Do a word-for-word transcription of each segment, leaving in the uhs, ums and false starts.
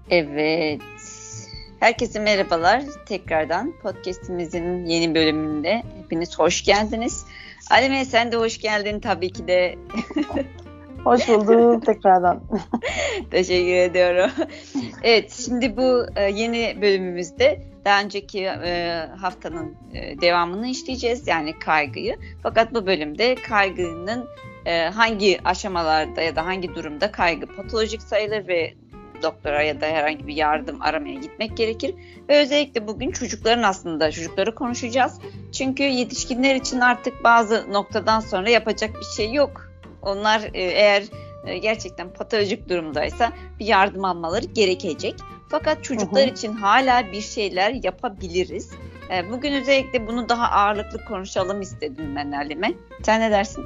Evet. Herkese merhabalar. Tekrardan podcast'imizin yeni bölümünde hepiniz hoş geldiniz. Alime, sen de hoş geldin tabii ki de. Hoş bulduk tekrardan. Teşekkür ediyorum. Evet, şimdi bu yeni bölümümüzde daha önceki haftanın devamını işleyeceğiz. Yani kaygıyı. Fakat bu bölümde kaygının hangi aşamalarda ya da hangi durumda kaygı patolojik sayılır ve doktora ya da herhangi bir yardım aramaya gitmek gerekir. Ve özellikle bugün çocukların aslında çocukları konuşacağız. Çünkü yetişkinler için artık bazı noktadan sonra yapacak bir şey yok. Onlar eğer gerçekten patolojik durumdaysa bir yardım almaları gerekecek. Fakat çocuklar hı hı. için hala bir şeyler yapabiliriz. Bugün özellikle bunu daha ağırlıklı konuşalım istedim ben Halime. Sen ne dersin?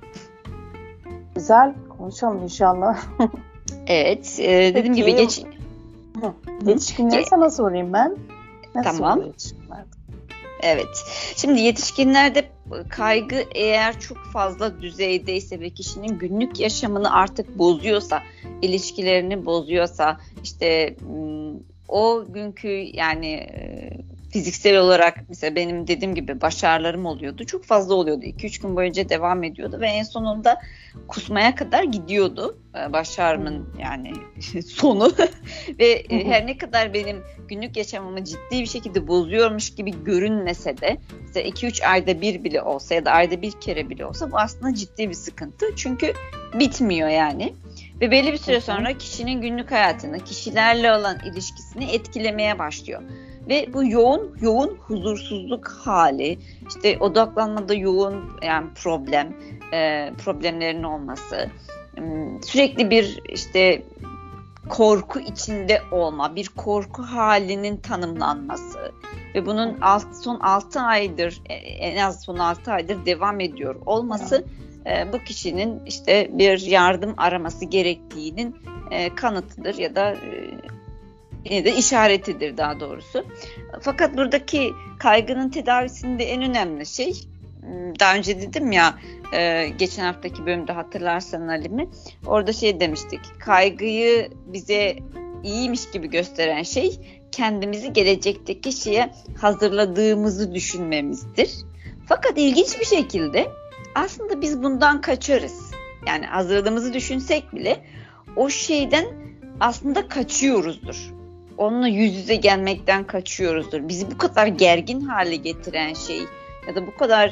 Güzel, konuşalım inşallah. Evet, e, dediğim Peki, gibi geç... Yetişkinleri sana sorayım ben. Nasıl tamam. Evet, şimdi yetişkinlerde kaygı eğer çok fazla düzeydeyse ve kişinin günlük yaşamını artık bozuyorsa, ilişkilerini bozuyorsa, işte o günkü yani fiziksel olarak mesela benim dediğim gibi başarılarım oluyordu. Çok fazla oluyordu. iki üç gün boyunca devam ediyordu ve en sonunda kusmaya kadar gidiyordu. Başarımın yani sonu ve her ne kadar benim günlük yaşamımı ciddi bir şekilde bozuyormuş gibi görünmese de mesela iki üç ayda bir bile olsa ya da ayda bir kere bile olsa bu aslında ciddi bir sıkıntı. Çünkü bitmiyor yani. Ve belli bir süre sonra kişinin günlük hayatını, kişilerle olan ilişkisini etkilemeye başlıyor. Ve bu yoğun yoğun huzursuzluk hali, işte odaklanmada yoğun yani problem, e, problemlerin olması, sürekli bir işte korku içinde olma, bir korku halinin tanımlanması ve bunun alt, son altı aydır, en az son altı aydır devam ediyor olması e, bu kişinin işte bir yardım araması gerektiğinin e, kanıtıdır ya da e, yine de işaretidir daha doğrusu. Fakat buradaki kaygının tedavisinde en önemli şey, daha önce dedim ya, geçen haftaki bölümde hatırlarsan Halime, orada şey demiştik, kaygıyı bize iyiymiş gibi gösteren şey kendimizi gelecekteki kişiye hazırladığımızı düşünmemizdir. Fakat ilginç bir şekilde aslında biz bundan kaçarız. Yani hazırladığımızı düşünsek bile o şeyden aslında kaçıyoruzdur. Onunla yüz yüze gelmekten kaçıyoruzdur. Bizi bu kadar gergin hale getiren şey ya da bu kadar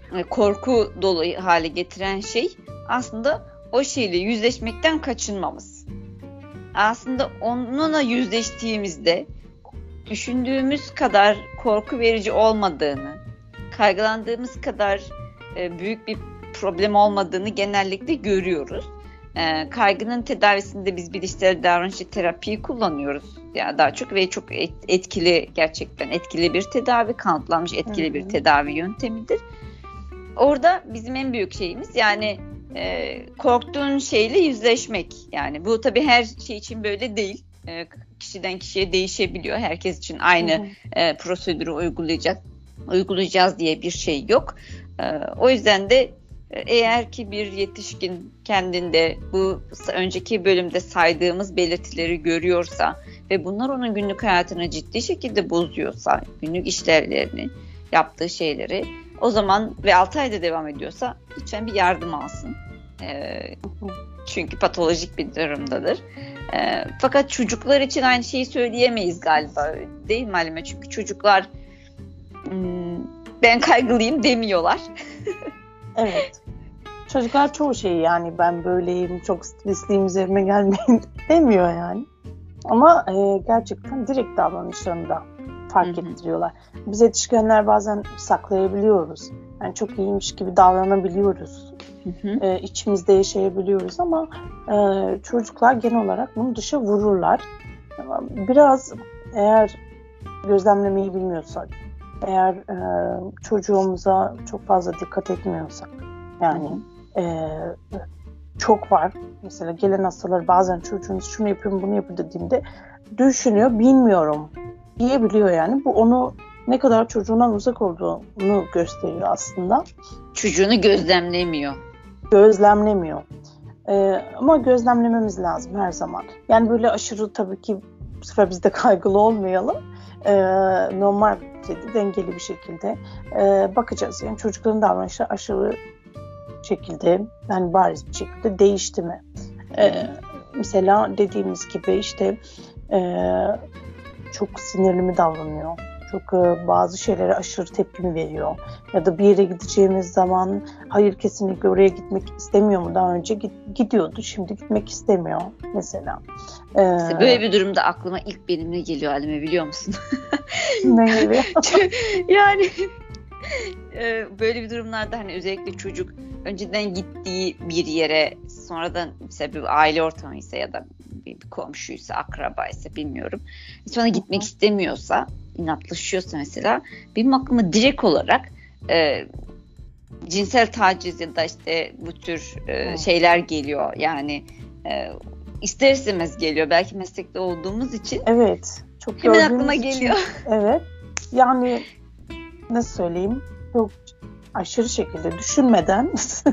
korku dolu hale getiren şey aslında o şeyle yüzleşmekten kaçınmamız. Aslında onunla yüzleştiğimizde düşündüğümüz kadar korku verici olmadığını, kaygılandığımız kadar büyük bir problem olmadığını genellikle görüyoruz. E, kaygının tedavisinde biz bilişsel davranışçı terapiyi kullanıyoruz ya daha çok ve çok etkili, gerçekten etkili bir tedavi, kanıtlanmış etkili Hı-hı. bir tedavi yöntemidir. Orada bizim en büyük şeyimiz yani e, korktuğun şeyle yüzleşmek. Yani bu tabii her şey için böyle değil. E, kişiden kişiye değişebiliyor. Herkes için aynı e, prosedürü uygulayacak, uygulayacağız diye bir şey yok. E, o yüzden de eğer ki bir yetişkin kendinde bu önceki bölümde saydığımız belirtileri görüyorsa ve bunlar onun günlük hayatını ciddi şekilde bozuyorsa, günlük işlevlerini, yaptığı şeyleri, o zaman ve altı ayda devam ediyorsa lütfen bir yardım alsın. E, çünkü patolojik bir durumdadır. E, fakat çocuklar için aynı şeyi söyleyemeyiz galiba, değil mi Halime? Çünkü çocuklar ben kaygılıyım demiyorlar. Evet. Çocuklar çoğu şeyi yani ben böyleyim, çok stresliyim, üzerime gelmeyin demiyor yani. Ama e, gerçekten direkt davranışlarında fark Hı-hı. ettiriyorlar. Biz yetişkinler bazen saklayabiliyoruz. Yani çok iyiymiş gibi davranabiliyoruz. E, içimizde yaşayabiliyoruz ama e, çocuklar genel olarak bunu dışa vururlar. Biraz eğer gözlemlemeyi bilmiyorsak, eğer e, çocuğumuza çok fazla dikkat etmiyorsak, yani e, çok var. Mesela gelen hastalar bazen çocuğunuz şunu yapıyorum, bunu yapın dediğimde düşünüyor, bilmiyorum diyebiliyor yani. Bu onu ne kadar çocuğundan uzak olduğunu gösteriyor aslında. Çocuğunu gözlemlemiyor. Gözlemlemiyor. E, ama gözlemlememiz lazım her zaman. Yani böyle aşırı tabii ki bu sefer biz de kaygılı olmayalım. Ee, normal şekilde, dengeli bir şekilde e, bakacağız. Yani çocukların davranışları aşırı şekilde, yani bariz bir şekilde değişti mi? Ee, mesela dediğimiz gibi işte e, çok sinirli mi davranıyor? Çok e, bazı şeylere aşırı tepki mi veriyor? Ya da bir yere gideceğimiz zaman hayır kesinlikle oraya gitmek istemiyor mu? Daha önce git, gidiyordu, şimdi gitmek istemiyor mesela. Ee, İşte böyle bir durumda aklıma ilk benim ne geliyor Halime, biliyor musun? Ne gibi? Yani böyle bir durumlarda hani özellikle çocuk önceden gittiği bir yere sonradan mesela bir aile ortamıysa ya da bir, bir komşuysa, akrabaysa bilmiyorum. Sonra gitmek istemiyorsa, inatlaşıyorsa mesela benim aklıma direkt olarak e, cinsel taciz ya da işte bu tür e, şeyler geliyor. Yani e, ister istemez geliyor. Belki meslekte olduğumuz için. Evet. Çok hemen aklıma için, geliyor. Evet. Yani nasıl söyleyeyim? Çok aşırı şekilde düşünmeden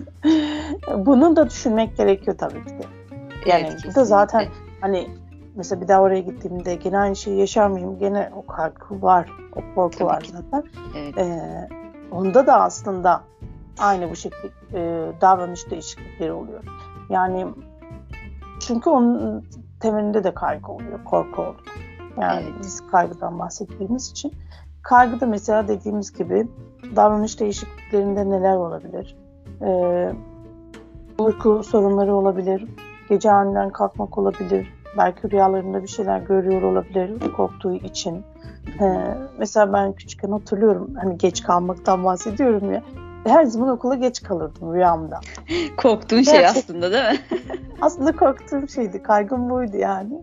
bunu da düşünmek gerekiyor tabii ki de. Yani evet, bu da zaten hani mesela bir daha oraya gittiğimde gene aynı şeyi yaşar mıyım? Gene o korku var. O korku tabii var ki. Zaten. Evet. Ee, onda da aslında aynı bu şekilde e, davranış değişiklikleri oluyor. Yani çünkü onun temelinde de kaygı oluyor, korku oluyor. Yani evet. Biz kaygıdan bahsettiğimiz için. Kaygıda mesela dediğimiz gibi davranış değişikliklerinde neler olabilir? Ee, uyku sorunları olabilir, gece aniden kalkmak olabilir, belki rüyalarında bir şeyler görüyor olabilir korktuğu için. Ee, mesela ben küçükken hatırlıyorum, hani geç kalmaktan bahsediyorum ya, her zaman okula geç kalırdım rüyamda. Korktuğun şey Gerçekten, aslında değil mi? Aslında korktuğum şeydi, kaygım buydu yani.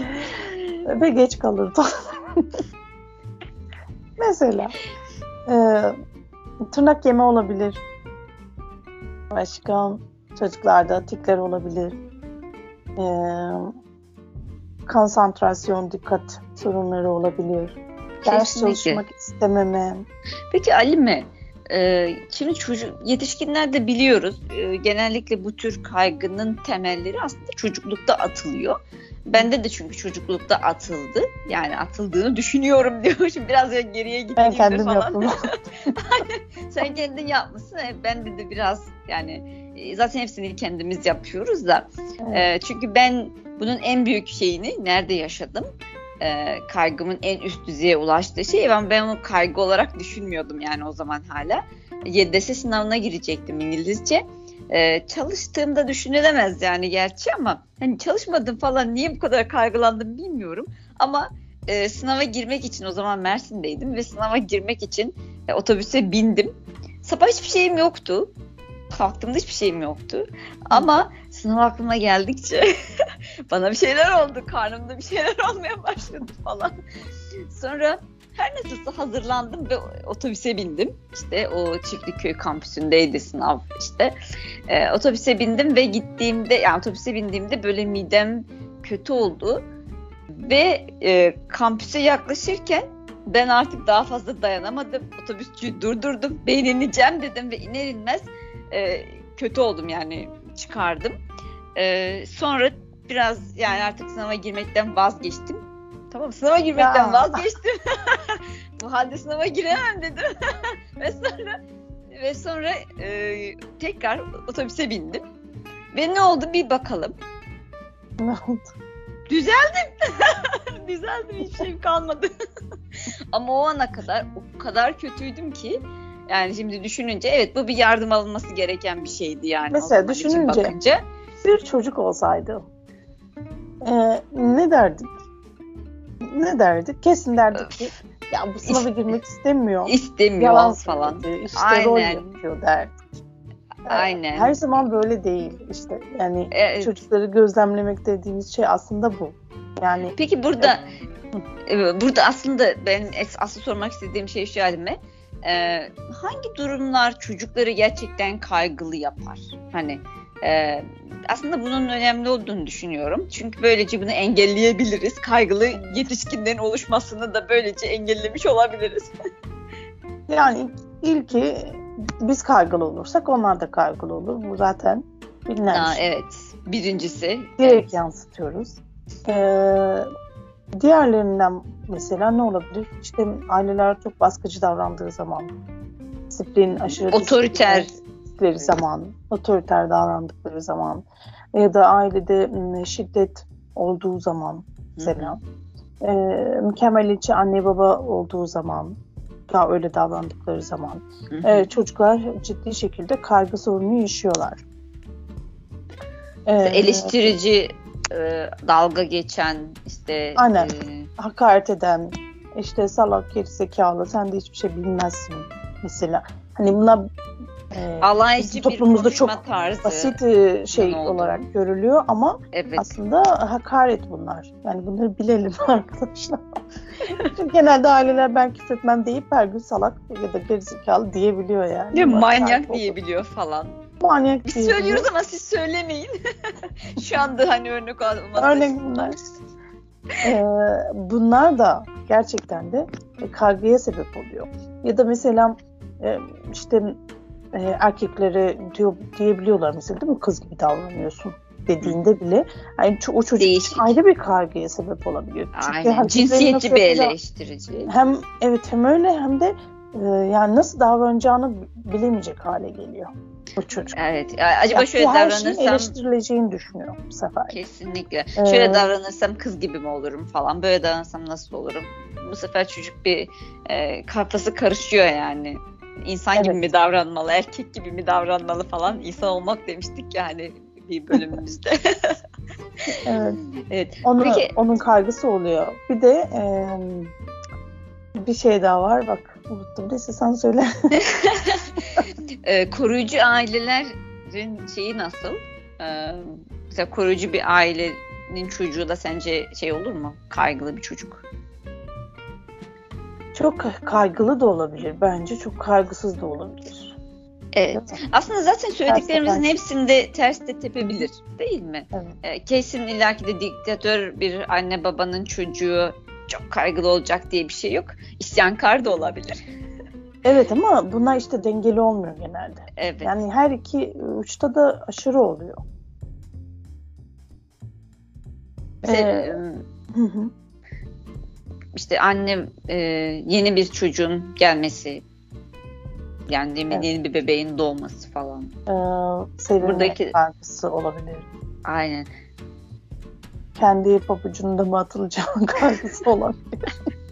Ve geç kalırdım. Mesela e, tırnak yeme olabilir. Başka çocuklarda tikler olabilir. E, konsantrasyon, dikkat sorunları olabilir. Ders çalışmak istememe. Peki Halime, e, şimdi çocuk, yetişkinler de biliyoruz. E, genellikle bu tür kaygının temelleri aslında çocuklukta atılıyor. Bende de çünkü çocuklukta atıldı. Yani atıldığını düşünüyorum diyor. Şimdi biraz geriye gittiğimde ben kendim falan. yaptım. Sen kendin yapmışsın. Ben de biraz yani zaten hepsini kendimiz yapıyoruz da. Evet. E, çünkü ben bunun en büyük şeyini nerede yaşadım? E, kaygımın en üst düzeye ulaştığı şey. Ben, ben onu kaygı olarak düşünmüyordum yani o zaman hala. Y D S sınavına girecektim İngilizce. Ee, çalıştığımda düşünülemez yani gerçi ama hani çalışmadım falan, niye bu kadar kaygılandım bilmiyorum ama e, sınava girmek için o zaman Mersin'deydim ve sınava girmek için e, otobüse bindim. Sabah hiçbir şeyim yoktu, kalktığımda hiçbir şeyim yoktu ama sınav aklıma geldikçe bana bir şeyler oldu, karnımda bir şeyler olmaya başladı falan. Sonra her nasılsa hazırlandım ve otobüse bindim. İşte o Çiftlikköy kampüsündeydi sınav işte. Ee, otobüse bindim ve gittiğimde, yani otobüse bindiğimde böyle midem kötü oldu. Ve e, kampüse yaklaşırken ben artık daha fazla dayanamadım. Otobüsçüyü durdurdum. Ben ineceğim dedim ve iner inmez e, kötü oldum yani, çıkardım. E, sonra biraz yani artık sınava girmekten vazgeçtim. Tamam, sınava girmekten ya. vazgeçtim. Bu halde sınava giremem dedim. ve sonra ve sonra e, tekrar otobüse bindim. Ve ne oldu bir bakalım. Ne oldu? Düzeldim. Düzeldim, hiçbir şeyim kalmadı. Ama o ana kadar o kadar kötüydüm ki yani şimdi düşününce evet, bu bir yardım alınması gereken bir şeydi yani. Mesela düşününce bir çocuk olsaydı e, ne derdik? Ne derdik? Kesin derdik ki ya bu sınava girmek istemiyor. İstemiyor Yalan falan. İşte Aynen. rol yapıyor derdik. Aynen. Her zaman böyle değil işte. Yani evet. Çocukları gözlemlemek dediğimiz şey aslında bu. Yani peki burada evet. burada aslında ben asıl sormak istediğim şey şu Halime. Ee, hangi durumlar çocukları gerçekten kaygılı yapar? Hani e, aslında bunun önemli olduğunu düşünüyorum. Çünkü böylece bunu engelleyebiliriz. Kaygılı yetişkinlerin oluşmasını da böylece engellemiş olabiliriz. Yani ilki biz kaygılı olursak onlar da kaygılı olur. Bu zaten bilinen Aa, şey. Evet. Birincisi. Direkt evet. yansıtıyoruz. Ee, Diğerlerinden mesela ne olabilir? İşte aileler çok baskıcı davrandığı zaman, disiplin aşırı otoriter disiplinleri zaman, otoriter davrandıkları zaman ya da ailede şiddet olduğu zaman mesela, e, mükemmeliyetçi anne baba olduğu zaman, daha öyle davrandıkları zaman e, çocuklar ciddi şekilde kaygı sorunu yaşıyorlar. E, eleştirici, e, dalga geçen, işte aynen. E, hakaret eden, işte salak, gerizekalı, sen de hiçbir şey bilmezsin mesela. Hani buna e, alaycı toplumumuzda bir çok tarzı basit şey olarak görülüyor ama evet. aslında hakaret bunlar. Yani bunları bilelim arkadaşlar. Genelde aileler ben küfretmem deyip her gün salak ya da gerizekalı diyebiliyor yani. Ya, manyak diyebiliyor falan. Manyak Biz diyebiliyor. söylüyoruz ama siz söylemeyin. Şu anda hani örnek olmaz. Örnek bunlar. Ee, bunlar da gerçekten de kaygıya sebep oluyor. Ya da mesela e, işte e, erkeklere diyor, diyebiliyorlar mesela, değil mi? Kız gibi davranıyorsun dediğinde bile yani o çocuk değişik, ayrı bir kaygıya sebep olabiliyor. Aynen. Cinsiyetçi bir eleştirici. Hem evet hem öyle hem de e, yani nasıl davranacağını bilemeyecek hale geliyor o çocuk. Evet. Acaba Yaptığı şöyle her davranırsam şeyin eleştirileceğini düşünüyor bu sefer. Kesinlikle. Ee, şöyle davranırsam kız gibi mi olurum falan. Böyle davranırsam nasıl olurum? Bu sefer çocuk bir e, kafası karışıyor yani. İnsan evet. gibi mi davranmalı, erkek gibi mi davranmalı falan. İnsan olmak demiştik yani bir bölümümüzde. evet. evet. Onu, Peki, onun kaygısı oluyor. Bir de e, bir şey daha var. Bak unuttum. Neyse sen söyle. e, koruyucu ailelerin şeyi nasıl? E, mesela koruyucu bir ailenin çocuğu da sence şey olur mu? Kaygılı bir çocuk. Çok kaygılı da olabilir. Bence çok kaygısız da olabilir. Evet. Aslında zaten söylediklerimizin hepsinde ters de tepebilir. Değil mi? Evet. E, kesin illaki de diktatör bir anne babanın çocuğu çok kaygılı olacak diye bir şey yok. İsyankar da olabilir. Evet ama bunlar işte dengeli olmuyor genelde. Evet. Yani her iki uçta da aşırı oluyor. Mesela, ee, hı hı. İşte annem e, yeni bir çocuğun gelmesi, yani evet. yeni bir bebeğin doğması falan. Ee, sevinme Buradaki... kaygısı olabilir. Aynen. Kendi pabucunda mı atılacağın kaygısı olabilir.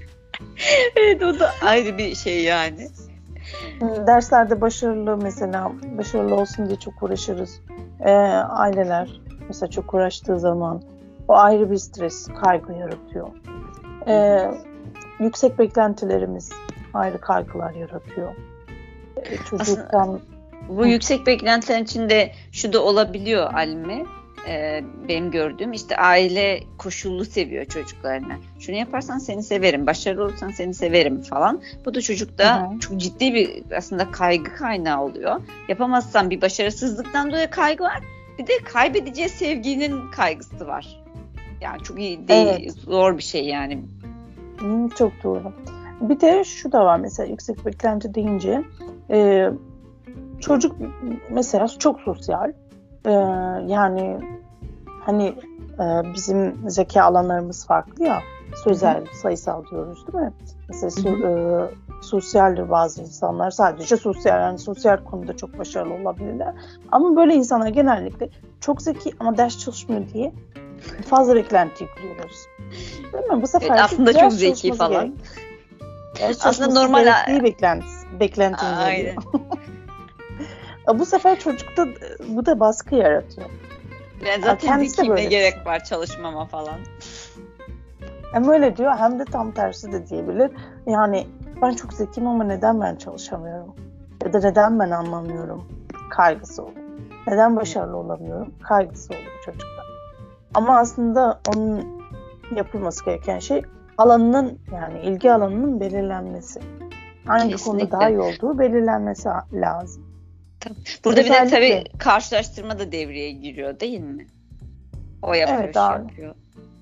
Evet, o da ayrı bir şey yani. Derslerde başarılı mesela, başarılı olsun diye çok uğraşırız. Ee, aileler mesela çok uğraştığı zaman o ayrı bir stres, kaygı yaratıyor. Ee, yüksek beklentilerimiz ayrı kaygılar yaratıyor. Ee, çocuktan... Aslında bu yüksek beklentilerin içinde şu da olabiliyor Alime. Ee, benim gördüğüm işte aile koşullu seviyor çocuklarını. Şunu yaparsan seni severim, başarılı olursan seni severim falan. Bu da çocukta Hı-hı. çok ciddi bir aslında kaygı kaynağı oluyor. Yapamazsan bir başarısızlıktan dolayı kaygı var. Bir de kaybedeceği sevginin kaygısı var. Yani çok iyi değil, evet. Zor bir şey yani. Hmm, çok doğru. Bir de şu da var mesela yüksek beklenti deyince e, çocuk mesela çok sosyal. Ee, yani hani e, bizim zeka alanlarımız farklı ya, sözel, Hı-hı. sayısal diyoruz değil mi? Mesela so, e, sosyaldir bazı insanlar, sadece sosyal, yani sosyal konuda çok başarılı olabilirler. Ama böyle insanlar genellikle çok zeki ama ders çalışmıyor diye fazla beklenti yüklüyoruz. Değil mi? Bu sefer evet, aslında çok zeki falan. Aslında normal beklentisi, beklentimiz oluyor. Bu sefer çocukta bu da baskı yaratıyor. Yani zaten zekiyim, ne gerek var çalışmama falan. Hem öyle diyor hem de tam tersi de diyebilir. Yani ben çok zekiyim ama neden ben çalışamıyorum? Ya da neden ben anlamıyorum? Kaygısı oluyor. Neden başarılı olamıyorum? Kaygısı oluyor çocukta. Ama aslında onun yapılması gereken şey alanının, yani ilgi alanının belirlenmesi. Hangi Kesinlikle. konuda daha iyi olduğu belirlenmesi lazım. Burada özellikle... bir de tabii karşılaştırma da devreye giriyor değil mi? O yapıyor, evet, şey yapıyor.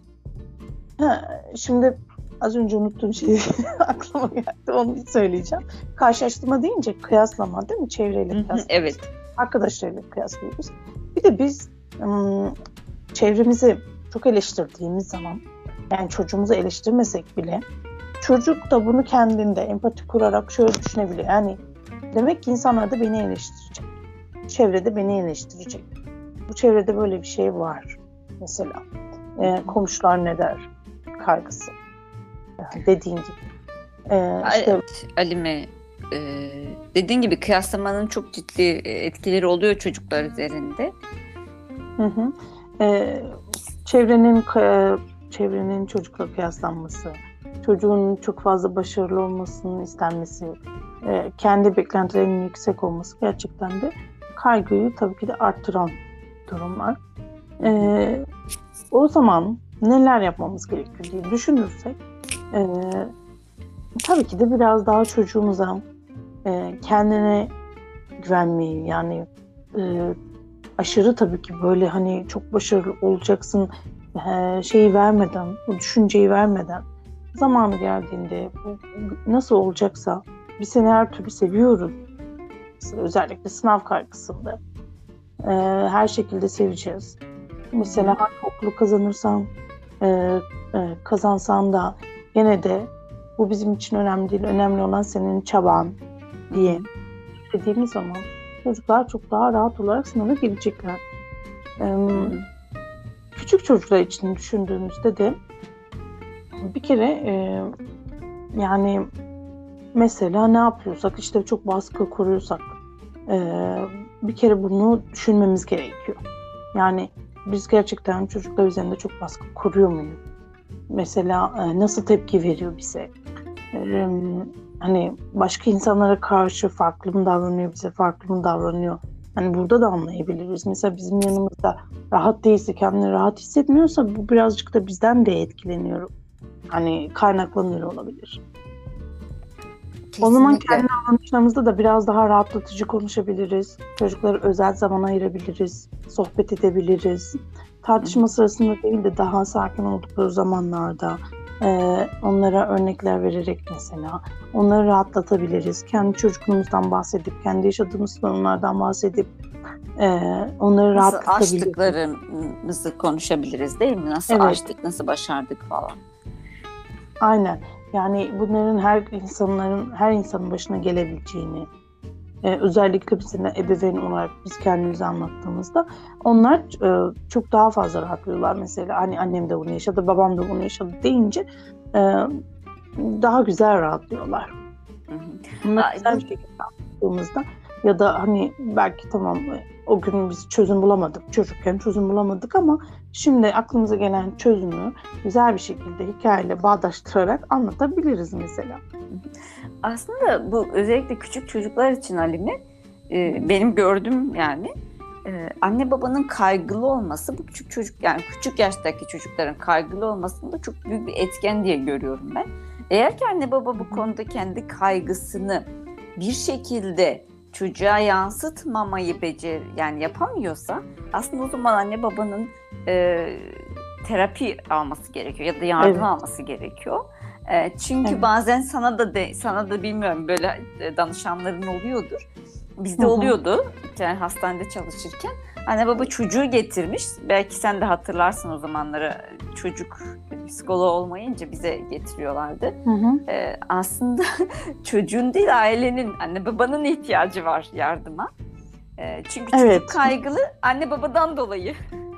Ha, şimdi az önce unuttuğum şey aklıma geldi, onu söyleyeceğim. Karşılaştırma deyince kıyaslama değil mi? Çevreyle kıyaslıyoruz. Evet. Arkadaşlarıyla kıyaslıyoruz. Bir de biz ım, çevremizi çok eleştirdiğimiz zaman Yani çocuğumuzu eleştirmesek bile çocuk da bunu kendinde empati kurarak şöyle düşünebiliyor. Yani demek ki insanlar da beni eleştirecek. Çevrede beni eleştirecek. Bu çevrede böyle bir şey var. Mesela e, komşular ne der kaygısı. Yani dediğin gibi. E, işte... Evet, Alime, e, dediğin gibi kıyaslamanın çok ciddi etkileri oluyor çocuklar üzerinde. Hı hı. E, çevrenin çevrenin çocukla kıyaslanması, çocuğun çok fazla başarılı olmasının istenmesi, e, kendi beklentilerinin yüksek olması gerçekten de kaygıyı tabii ki de arttıran durumlar. E, o zaman neler yapmamız gerekiyor diye düşünürsek, e, tabii ki de biraz daha çocuğumuza e, kendine güvenmeyi, yani e, aşırı tabii ki böyle hani çok başarılı olacaksın e, şeyi vermeden, bu düşünceyi vermeden, zamanı geldiğinde nasıl olacaksa biz seni her türlü seviyoruz. Özellikle sınav kaygısında e, her şekilde seveceğiz. Mesela hangi okulu kazanırsan e, e, kazansan da gene de bu bizim için önemli değil. Önemli olan senin çaban diye dediğimiz zaman çocuklar çok daha rahat olarak sınava girecekler. Ee, küçük çocuklar için düşündüğümüzde de bir kere e, yani mesela ne yapıyorsak, işte çok baskı kuruyorsak e, bir kere bunu düşünmemiz gerekiyor. Yani biz gerçekten çocuklar üzerinde çok baskı kuruyor muyuz? Mesela e, nasıl tepki veriyor bize? E, hani başka insanlara karşı farklı mı davranıyor, bize farklı mı davranıyor? Hani burada da anlayabiliriz. Mesela bizim yanımızda rahat değilse, kendini rahat hissetmiyorsa bu birazcık da bizden de etkileniyor. Hani kaynaklanıyor olabilir. Kesinlikle. O zaman kendi davranışlarımızda da biraz daha rahatlatıcı konuşabiliriz. Çocuklara özel zaman ayırabiliriz. Sohbet edebiliriz. Tartışma sırasında değil de daha sakin oldukları zamanlarda e, onlara örnekler vererek mesela onları rahatlatabiliriz. Kendi çocukluğumuzdan bahsedip, kendi yaşadığımız sorunlardan bahsedip e, onları nasıl rahatlatabiliriz. Nasıl aştıklarımızı konuşabiliriz değil mi? Nasıl evet. aştık, nasıl başardık falan. Aynen. Yani bunların her insanların, her insanın başına gelebileceğini, Ee, özellikle biz de ebeveyn olarak biz kendimizi anlattığımızda onlar e, çok daha fazla rahatlıyorlar. Mesela hani annem de bunu yaşadı, babam da bunu yaşadı deyince e, daha güzel rahatlıyorlar. Bunları güzel bir şekilde anlattığımızda ya da hani belki tamam o gün biz çözüm bulamadık, çocukken çözüm bulamadık ama şimdi aklımıza gelen çözümü güzel bir şekilde hikayeyle bağdaştırarak anlatabiliriz mesela. Aslında bu özellikle küçük çocuklar için Halime, e, benim gördüğüm yani e, anne babanın kaygılı olması bu küçük çocuk yani küçük yaştaki çocukların kaygılı olmasında çok büyük bir etken diye görüyorum ben. Eğer ki anne baba bu konuda kendi kaygısını bir şekilde çocuğa yansıtmamayı becer yani yapamıyorsa aslında o zaman anne babanın e, terapi alması gerekiyor ya da yardım evet. alması gerekiyor. E, çünkü evet. bazen sana da de, sana da bilmiyorum böyle danışanların oluyordur. Bizde Hı-hı. oluyordu yani hastanede çalışırken. Anne baba çocuğu getirmiş. Belki sen de hatırlarsın o zamanları çocuk psikoloğu olmayınca bize getiriyorlardı. Ee, aslında çocuğun değil ailenin, anne babanın ihtiyacı var yardıma. Ee, çünkü çocuk evet. kaygılı anne babadan dolayı.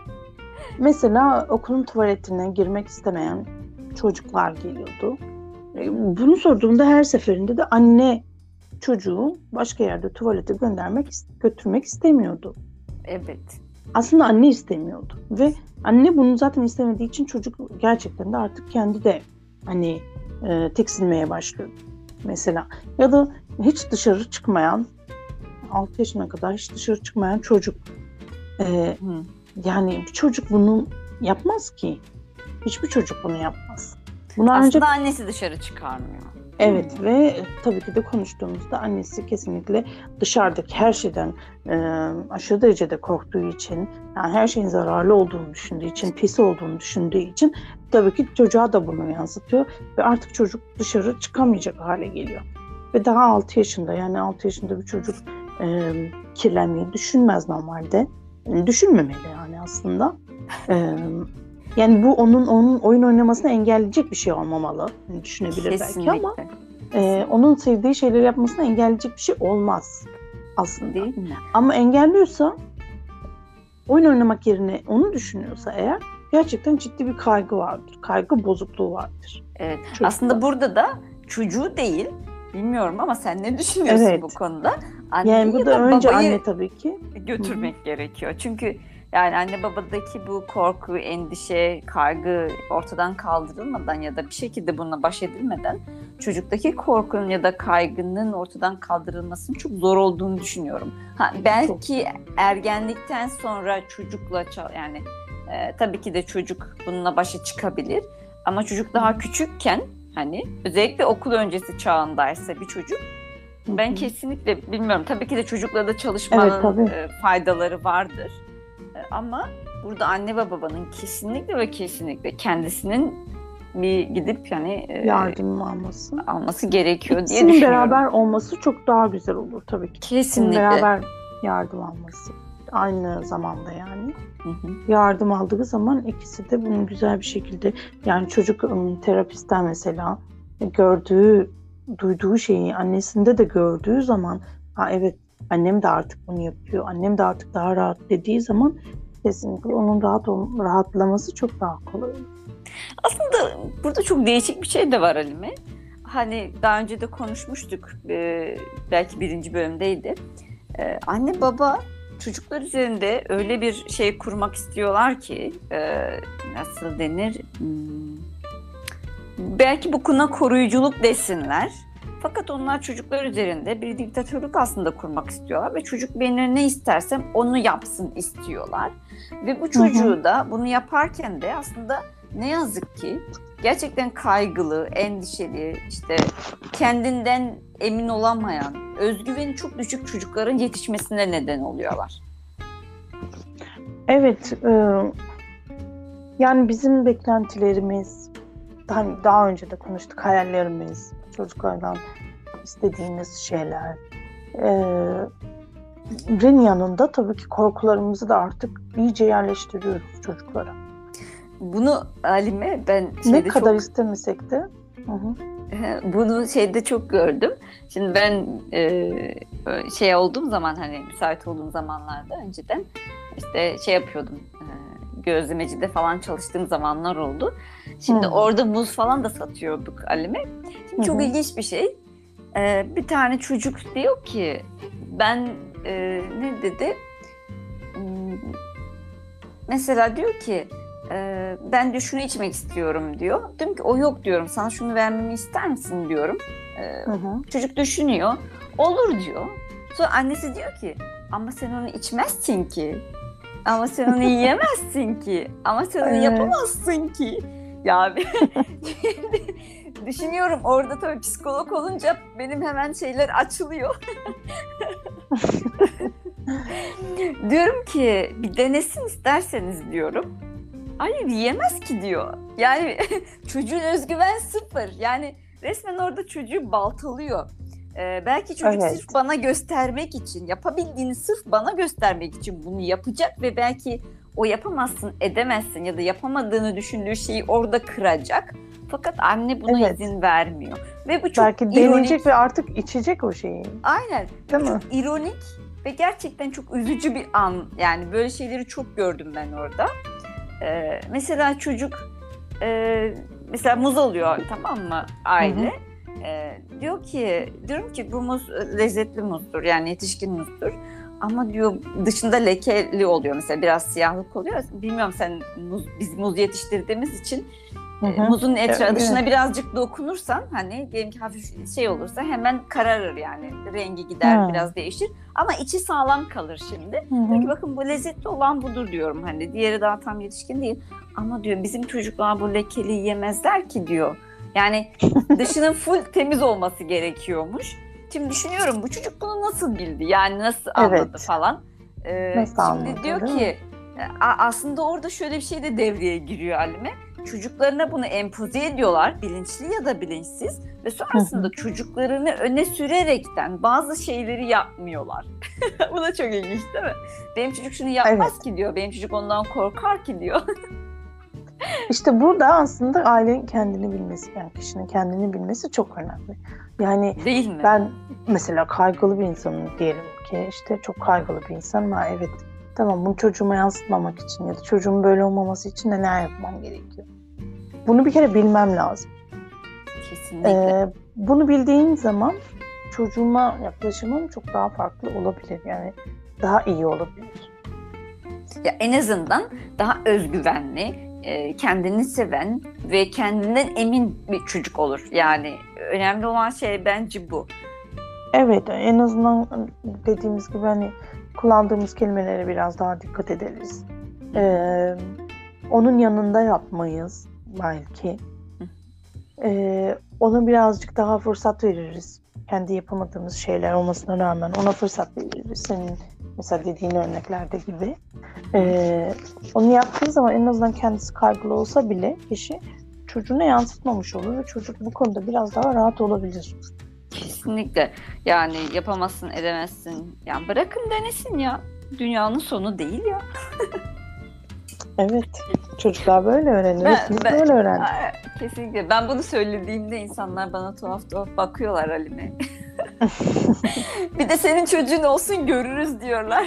Mesela okulun tuvaletine girmek istemeyen çocuklar geliyordu. Bunu sorduğumda her seferinde de anne çocuğu başka yerde tuvalete göndermek, götürmek istemiyordu. Evet. Aslında anne istemiyordu ve anne bunu zaten istemediği için çocuk gerçekten de artık kendi de hani e, tiksinmeye başlıyor mesela. Ya da hiç dışarı çıkmayan, altı yaşına kadar hiç dışarı çıkmayan çocuk. E, yani bir çocuk bunu yapmaz ki. Hiçbir çocuk bunu yapmaz. Bunu aslında ancak... annesi dışarı çıkarmıyor. Evet hmm. ve tabii ki de konuştuğumuzda annesi kesinlikle dışarıdaki her şeyden e, aşırı derecede korktuğu için, yani her şeyin zararlı olduğunu düşündüğü için, pis olduğunu düşündüğü için tabii ki çocuğa da bunu yansıtıyor ve artık çocuk dışarı çıkamayacak hale geliyor. Ve daha altı yaşında yani altı yaşında bir çocuk e, kirlenmeyi düşünmez normalde. Yani düşünmemeli yani aslında. E, Yani bu onun onun oyun oynamasını engelleyecek bir şey olmamalı. Yani düşünebilir Kesinlikle. belki ama e, onun sevdiği şeyleri yapmasını engelleyecek bir şey olmaz aslında. Değil mi? Ama engelliyorsa, oyun oynamak yerine onu düşünüyorsa eğer, gerçekten ciddi bir kaygı vardır. Kaygı bozukluğu vardır. Evet. Çocukta. Aslında burada da çocuğu değil, bilmiyorum ama sen ne düşünüyorsun Evet. bu konuda? Anneyi Yani bu ya da önce babayı anne tabii ki. götürmek Hı-hı. gerekiyor. Çünkü yani anne babadaki bu korku, endişe, kaygı ortadan kaldırılmadan ya da bir şekilde bununla baş edilmeden çocuktaki korkunun ya da kaygının ortadan kaldırılmasının çok zor olduğunu düşünüyorum. Ha, belki ergenlikten sonra çocukla yani e, tabii ki de çocuk bununla başa çıkabilir ama çocuk daha küçükken hani özellikle okul öncesi çağındaysa bir çocuk ben Hı-hı. kesinlikle bilmiyorum. Tabii ki de çocukla da çalışmanın evet, faydaları vardır. Ama burada anne ve babanın kesinlikle ve kesinlikle kendisinin bir gidip yani yardım alması alması gerekiyor İkisinin diye düşünüyorum. beraber olması çok daha güzel olur tabii ki. Kesinlikle. İkisinin beraber yardım alması aynı zamanda yani. Hı hı. Yardım aldığı zaman ikisi de bunu güzel bir şekilde yani çocuk terapisten mesela gördüğü, duyduğu şeyi annesinde de gördüğü zaman ha evet annem de artık bunu yapıyor, annem de artık daha rahat dediği zaman kesinlikle onun rahat rahatlaması çok daha kolay olur. Aslında burada çok değişik bir şey de var Halime. Hani daha önce de konuşmuştuk, ee, belki birinci bölümdeydi. Ee, anne baba çocuklar üzerinde öyle bir şey kurmak istiyorlar ki e, nasıl denir? Hmm, belki bu kına koruyuculuk desinler. Fakat onlar çocuklar üzerinde bir diktatörlük aslında kurmak istiyorlar ve çocuk benim ne istersem onu yapsın istiyorlar. Ve bu çocuğu hı hı. da bunu yaparken de aslında ne yazık ki gerçekten kaygılı, endişeli, işte kendinden emin olamayan, özgüveni çok düşük çocukların yetişmesine neden oluyorlar. Evet, e, yani bizim beklentilerimiz, hani daha önce de konuştuk, hayallerimiz, çocuklardan istediğimiz şeyler. Ee, yanında tabii ki korkularımızı da artık iyice yerleştiriyoruz çocuklara. Bunu Halime ben ne kadar çok... istemesek de. Hı-hı. Bunu şeyde çok gördüm. Şimdi ben e, şey olduğum zaman hani müsait olduğum zamanlarda önceden işte şey yapıyordum. E, gözlemecide falan çalıştığım zamanlar oldu. Şimdi hmm. orada muz falan da satıyorduk Halime. Şimdi hmm. çok ilginç bir şey. Ee, bir tane çocuk diyor ki ben e, ne dedi? Hmm, mesela diyor ki e, ben diyor şunu içmek istiyorum diyor. Diyorum ki o yok diyorum. Sana şunu vermemi ister misin diyorum. Ee, hmm. Çocuk düşünüyor. Olur diyor. Sonra annesi diyor ki ama sen onu içmezsin ki. Ama sen onu yiyemezsin ki. Ama sen onu evet. yapamazsın ki. Ya düşünüyorum orada tabii psikolog olunca benim hemen şeyler açılıyor. Diyorum ki bir denesin isterseniz diyorum. Hayır yiyemez ki diyor. Yani çocuğun özgüven sıfır. Yani resmen orada çocuğu baltalıyor. Ee, belki çocuk evet. sırf bana göstermek için, yapabildiğini sırf bana göstermek için bunu yapacak ve belki o yapamazsın, edemezsin ya da yapamadığını düşündüğü şeyi orada kıracak. Fakat anne buna evet. izin vermiyor. Ve bu çok belki ironik. deneyecek ve artık içecek o şeyi. Aynen. Değil mi? Çok ironik ve gerçekten çok üzücü bir an. Yani böyle şeyleri çok gördüm ben orada. Ee, mesela çocuk e, mesela muz alıyor, tamam mı aile? Hı hı. Ee, diyor ki, diyorum ki bu muz lezzetli muzdur, yani yetişkin muzdur. Ama diyor dışında lekeli oluyor, mesela biraz siyahlık oluyor. Bilmiyorum, sen muz, biz muz yetiştirdiğimiz için hı hı. muzun etrafı evet, dışına evet. birazcık dokunursan, hani diyelim ki hafif şey olursa hemen kararır, yani rengi gider, hı. biraz değişir. Ama içi sağlam kalır şimdi. Peki bakın bu lezzetli olan budur diyorum, hani diğeri daha tam yetişkin değil. Ama diyor bizim çocuklar bu lekeli yemezler ki diyor. Yani dışının full temiz olması gerekiyormuş. Şimdi düşünüyorum bu çocuk bunu nasıl bildi? Yani nasıl anladı evet. falan. Ee, nasıl şimdi anladı, diyor ki aslında orada şöyle bir şey de devreye giriyor Halime. Çocuklarına bunu empoze ediyorlar, bilinçli ya da bilinçsiz. Ve sonrasında hı hı. çocuklarını öne sürerekten bazı şeyleri yapmıyorlar. Bu da çok ilginç değil mi? Benim çocuk şunu yapmaz evet. ki diyor. Benim çocuk ondan korkar ki diyor. İşte burada aslında ailenin kendini bilmesi, yani kişinin kendini bilmesi çok önemli. Yani Değil mi? ben mesela kaygılı bir insanım diyelim ki, işte çok kaygılı bir insanım. Ha, evet, tamam, bunu çocuğuma yansıtmamak için ya da çocuğumun böyle olmaması için neler yapmam gerekiyor? Bunu bir kere bilmem lazım. Kesinlikle. Ee, bunu bildiğin zaman çocuğuma yaklaşımım çok daha farklı olabilir. Yani daha iyi olabilir. Ya en azından daha özgüvenli, kendini seven ve kendinden emin bir çocuk olur. Yani önemli olan şey bence bu. Evet, en azından dediğimiz gibi hani kullandığımız kelimelere biraz daha dikkat ederiz. Ee, onun yanında yapmayız belki. Ee, ona birazcık daha fırsat veririz. Kendi yapamadığımız şeyler olmasına rağmen ona fırsat veririz. Senin mesela dediğin örneklerde gibi. Ee, onu yaptığı zaman en azından kendisi kaygılı olsa bile kişi çocuğuna yansıtmamış olur ve çocuk bu konuda biraz daha rahat olabilir. Kesinlikle. Yani yapamazsın, edemezsin. Yani bırakın denesin ya. Dünyanın sonu değil ya. Evet. Çocuklar böyle öğrenir. Ben, Biz ben, böyle öğrendik. Kesinlikle. Ben bunu söylediğimde insanlar bana tuhaf tuhaf bakıyorlar Halime. Bir de senin çocuğun olsun görürüz diyorlar.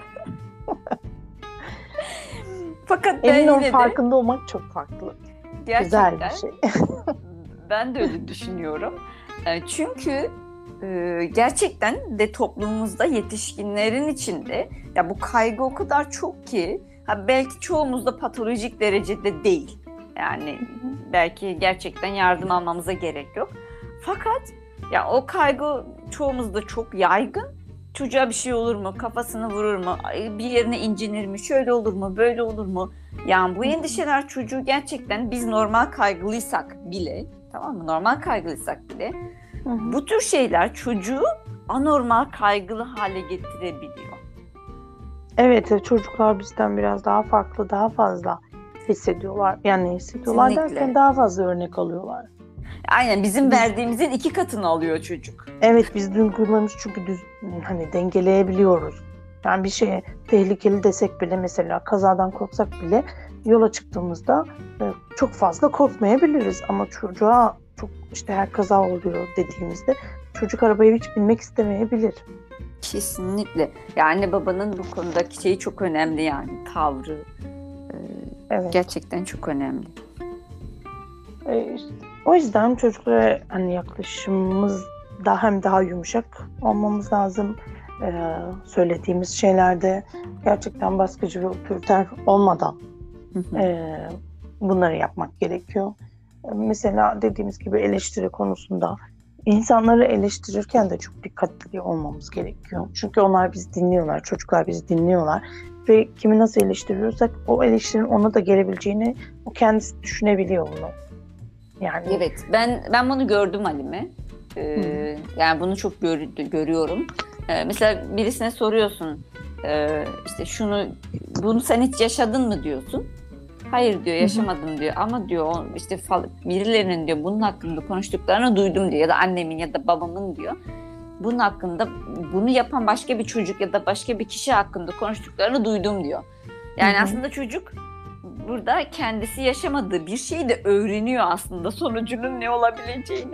Fakat ben Emin ol, yine de farkında olmak çok farklı. gerçekten Güzel bir şey. ben de öyle düşünüyorum. Çünkü gerçekten de toplumumuzda yetişkinlerin içinde ya bu kaygı o kadar çok ki ha belki çoğumuzda patolojik derecede değil. Yani belki gerçekten yardım almamıza gerek yok. Fakat ya o kaygı çoğumuzda çok yaygın. Çocuğa bir şey olur mu? Kafasını vurur mu? Bir yerine incinir mi? Şöyle olur mu? Böyle olur mu? Yani bu endişeler çocuğu gerçekten biz normal kaygılıysak bile, tamam mı? Normal kaygılıysak bile Hı hı. bu tür şeyler çocuğu anormal kaygılı hale getirebiliyor. Evet, çocuklar bizden biraz daha farklı, daha fazla hissediyorlar. Yani hissediyorlar Kesinlikle. derken daha fazla örnek alıyorlar. Aynen, bizim verdiğimizin iki katını alıyor çocuk. Evet, biz duygularımızı çünkü düz, hani dengeleyebiliyoruz. Yani bir şeye tehlikeli desek bile, mesela kazadan korksak bile yola çıktığımızda çok fazla korkmayabiliriz. Ama çocuğa çok işte her kaza oluyor dediğimizde çocuk arabaya hiç binmek istemeyebilir. Kesinlikle. Yani anne babanın bu konudaki şeyi çok önemli, yani tavrı. Ee, evet. Gerçekten çok önemli. Ee, o yüzden çocuklara hani yaklaşımımız daha hem daha yumuşak olmamız lazım. Ee, söylediğimiz şeylerde gerçekten baskıcı ve otoriter olmadan e, bunları yapmak gerekiyor. Mesela dediğimiz gibi eleştiri konusunda insanları eleştirirken de çok dikkatli olmamız gerekiyor. Çünkü onlar bizi dinliyorlar, çocuklar bizi dinliyorlar ve kimi nasıl eleştiriyorsak o eleştirinin ona da gelebileceğini o kendisi düşünebiliyor bunu. Yani evet, ben ben bunu gördüm Halime. Ee, yani bunu çok gör, görüyorum. Ee, mesela birisine soruyorsun, e, işte şunu, bunu sen hiç yaşadın mı diyorsun. Hayır diyor, yaşamadım diyor. Ama diyor işte birilerinin diyor bunun hakkında konuştuklarını duydum diyor. Ya da annemin ya da babamın diyor. Bunun hakkında, bunu yapan başka bir çocuk ya da başka bir kişi hakkında konuştuklarını duydum diyor. Yani hı hı. Aslında çocuk burada kendisi yaşamadığı bir şeyi de öğreniyor aslında, sonucunun ne olabileceğini.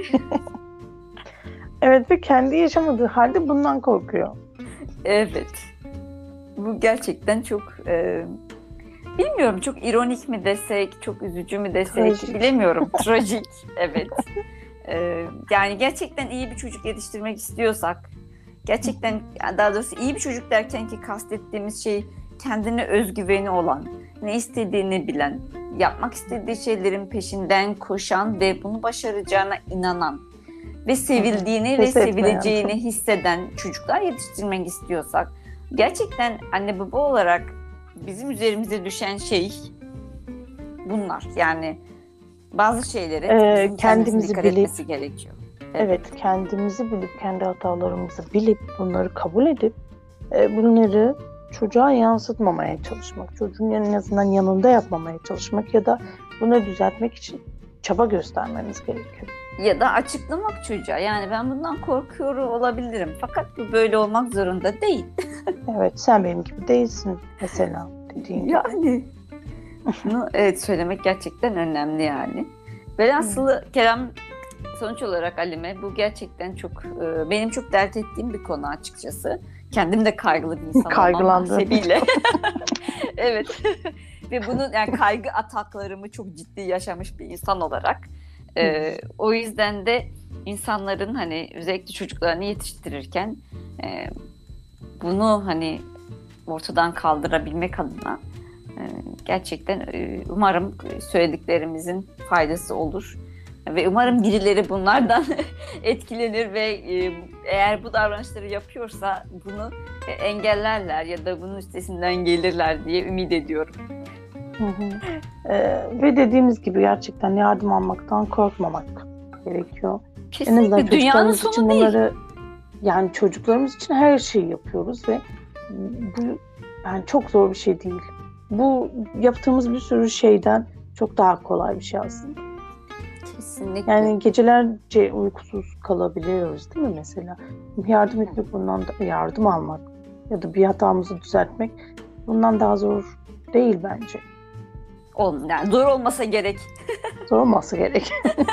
Evet, ve kendi yaşamadığı halde bundan korkuyor. Evet. Bu gerçekten çok e, bilmiyorum, çok ironik mi desek, çok üzücü mü desek, trajik. Bilemiyorum. Trajik, evet. Ee, yani gerçekten iyi bir çocuk yetiştirmek istiyorsak, gerçekten, daha doğrusu iyi bir çocuk derken ki kastettiğimiz şey kendine özgüveni olan, ne istediğini bilen, yapmak istediği şeylerin peşinden koşan ve bunu başaracağına inanan ve sevildiğini ve sevileceğini hisseden çocuklar yetiştirmek istiyorsak, gerçekten anne baba olarak bizim üzerimize düşen şey bunlar. Yani bazı şeylere ee, bizim kendimizi dikkat bilip, etmesi gerekiyor. Evet. evet, kendimizi bilip, kendi hatalarımızı bilip, bunları kabul edip e, bunları çocuğa yansıtmamaya çalışmak, çocuğun en azından yanında yapmamaya çalışmak ya da bunu düzeltmek için çaba göstermemiz gerekiyor. Ya da açıklamak çocuğa. Yani ben bundan korkuyor olabilirim. Fakat bu böyle olmak zorunda değil. Evet, sen benim gibi değilsin mesela dediğin gibi. Yani Bunu evet söylemek gerçekten önemli yani. Velhasılı Kerem, sonuç olarak Halime, bu gerçekten çok e, benim çok dert ettiğim bir konu açıkçası. Kendim de kaygılı bir insan olmam sebebiyle. Evet. Ve bunun yani kaygı ataklarımı çok ciddi yaşamış bir insan olarak. E, o yüzden de insanların hani özellikle çocuklarını yetiştirirken e, bunu hani ortadan kaldırabilmek adına e, gerçekten e, umarım söylediklerimizin faydası olur. Ve umarım birileri bunlardan etkilenir ve e, eğer bu davranışları yapıyorsa bunu e, engellerler ya da bunun üstesinden gelirler diye ümit ediyorum. Hı hı. Ee, ve dediğimiz gibi gerçekten yardım almaktan korkmamak gerekiyor. Kesinlikle. En Dünyanın sonu için değil. bunları, yani çocuklarımız için her şeyi yapıyoruz ve bu yani çok zor bir şey değil. Bu yaptığımız bir sürü şeyden çok daha kolay bir şey aslında. Kesinlikle. Yani gecelerce uykusuz kalabiliyoruz değil mi mesela? Yardım etmek bundan da, yardım almak ya da bir hatamızı düzeltmek bundan daha zor değil bence. Olm, yani zor olmasa gerek. Zor olmasa gerek.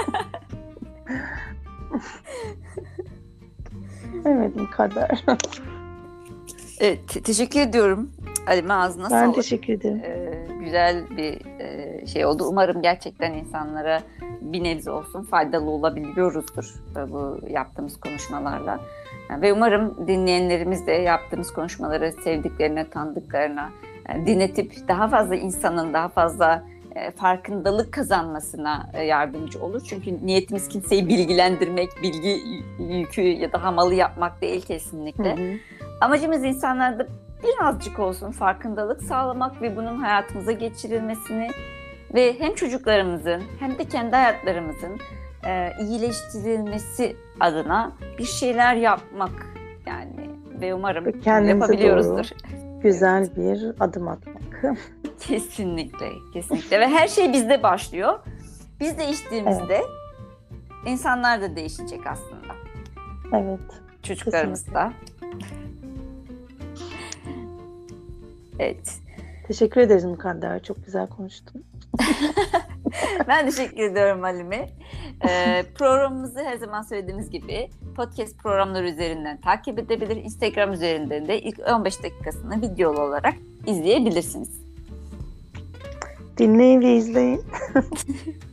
Evet, bu kadar. Evet, te- teşekkür ediyorum. Halime, ağzına Ben sağlık. Ben teşekkür ederim. Ee, güzel bir e, şey oldu. Umarım gerçekten insanlara bir nebze olsun faydalı olabiliyoruzdur bu yaptığımız konuşmalarla. Yani ve umarım dinleyenlerimiz de yaptığımız konuşmaları sevdiklerine, tanıdıklarına yani dinletip daha fazla insanın daha fazla e, farkındalık kazanmasına e, yardımcı olur. Çünkü niyetimiz kimseyi bilgilendirmek, bilgi yükü ya da hamalı yapmak değil kesinlikle. Hı hı. Amacımız insanlarda birazcık olsun farkındalık sağlamak ve bunun hayatımıza geçirilmesini ve hem çocuklarımızın hem de kendi hayatlarımızın e, iyileştirilmesi adına bir şeyler yapmak yani ve umarım yapabiliyoruzdur. Doğru, güzel evet. Bir adım atmak. Kesinlikle, kesinlikle ve her şey bizde başlıyor. Biz değiştiğimizde evet. insanlar da değişecek aslında. Evet. Çocuklarımız da. Evet. Teşekkür ederiz Mukadder. Çok güzel konuştun. Ben teşekkür ediyorum Halime. Ee, programımızı her zaman söylediğimiz gibi podcast programları üzerinden takip edebilir. Instagram üzerinden de ilk on beş dakikasını videolu olarak izleyebilirsiniz. Dinleyin ve izleyin.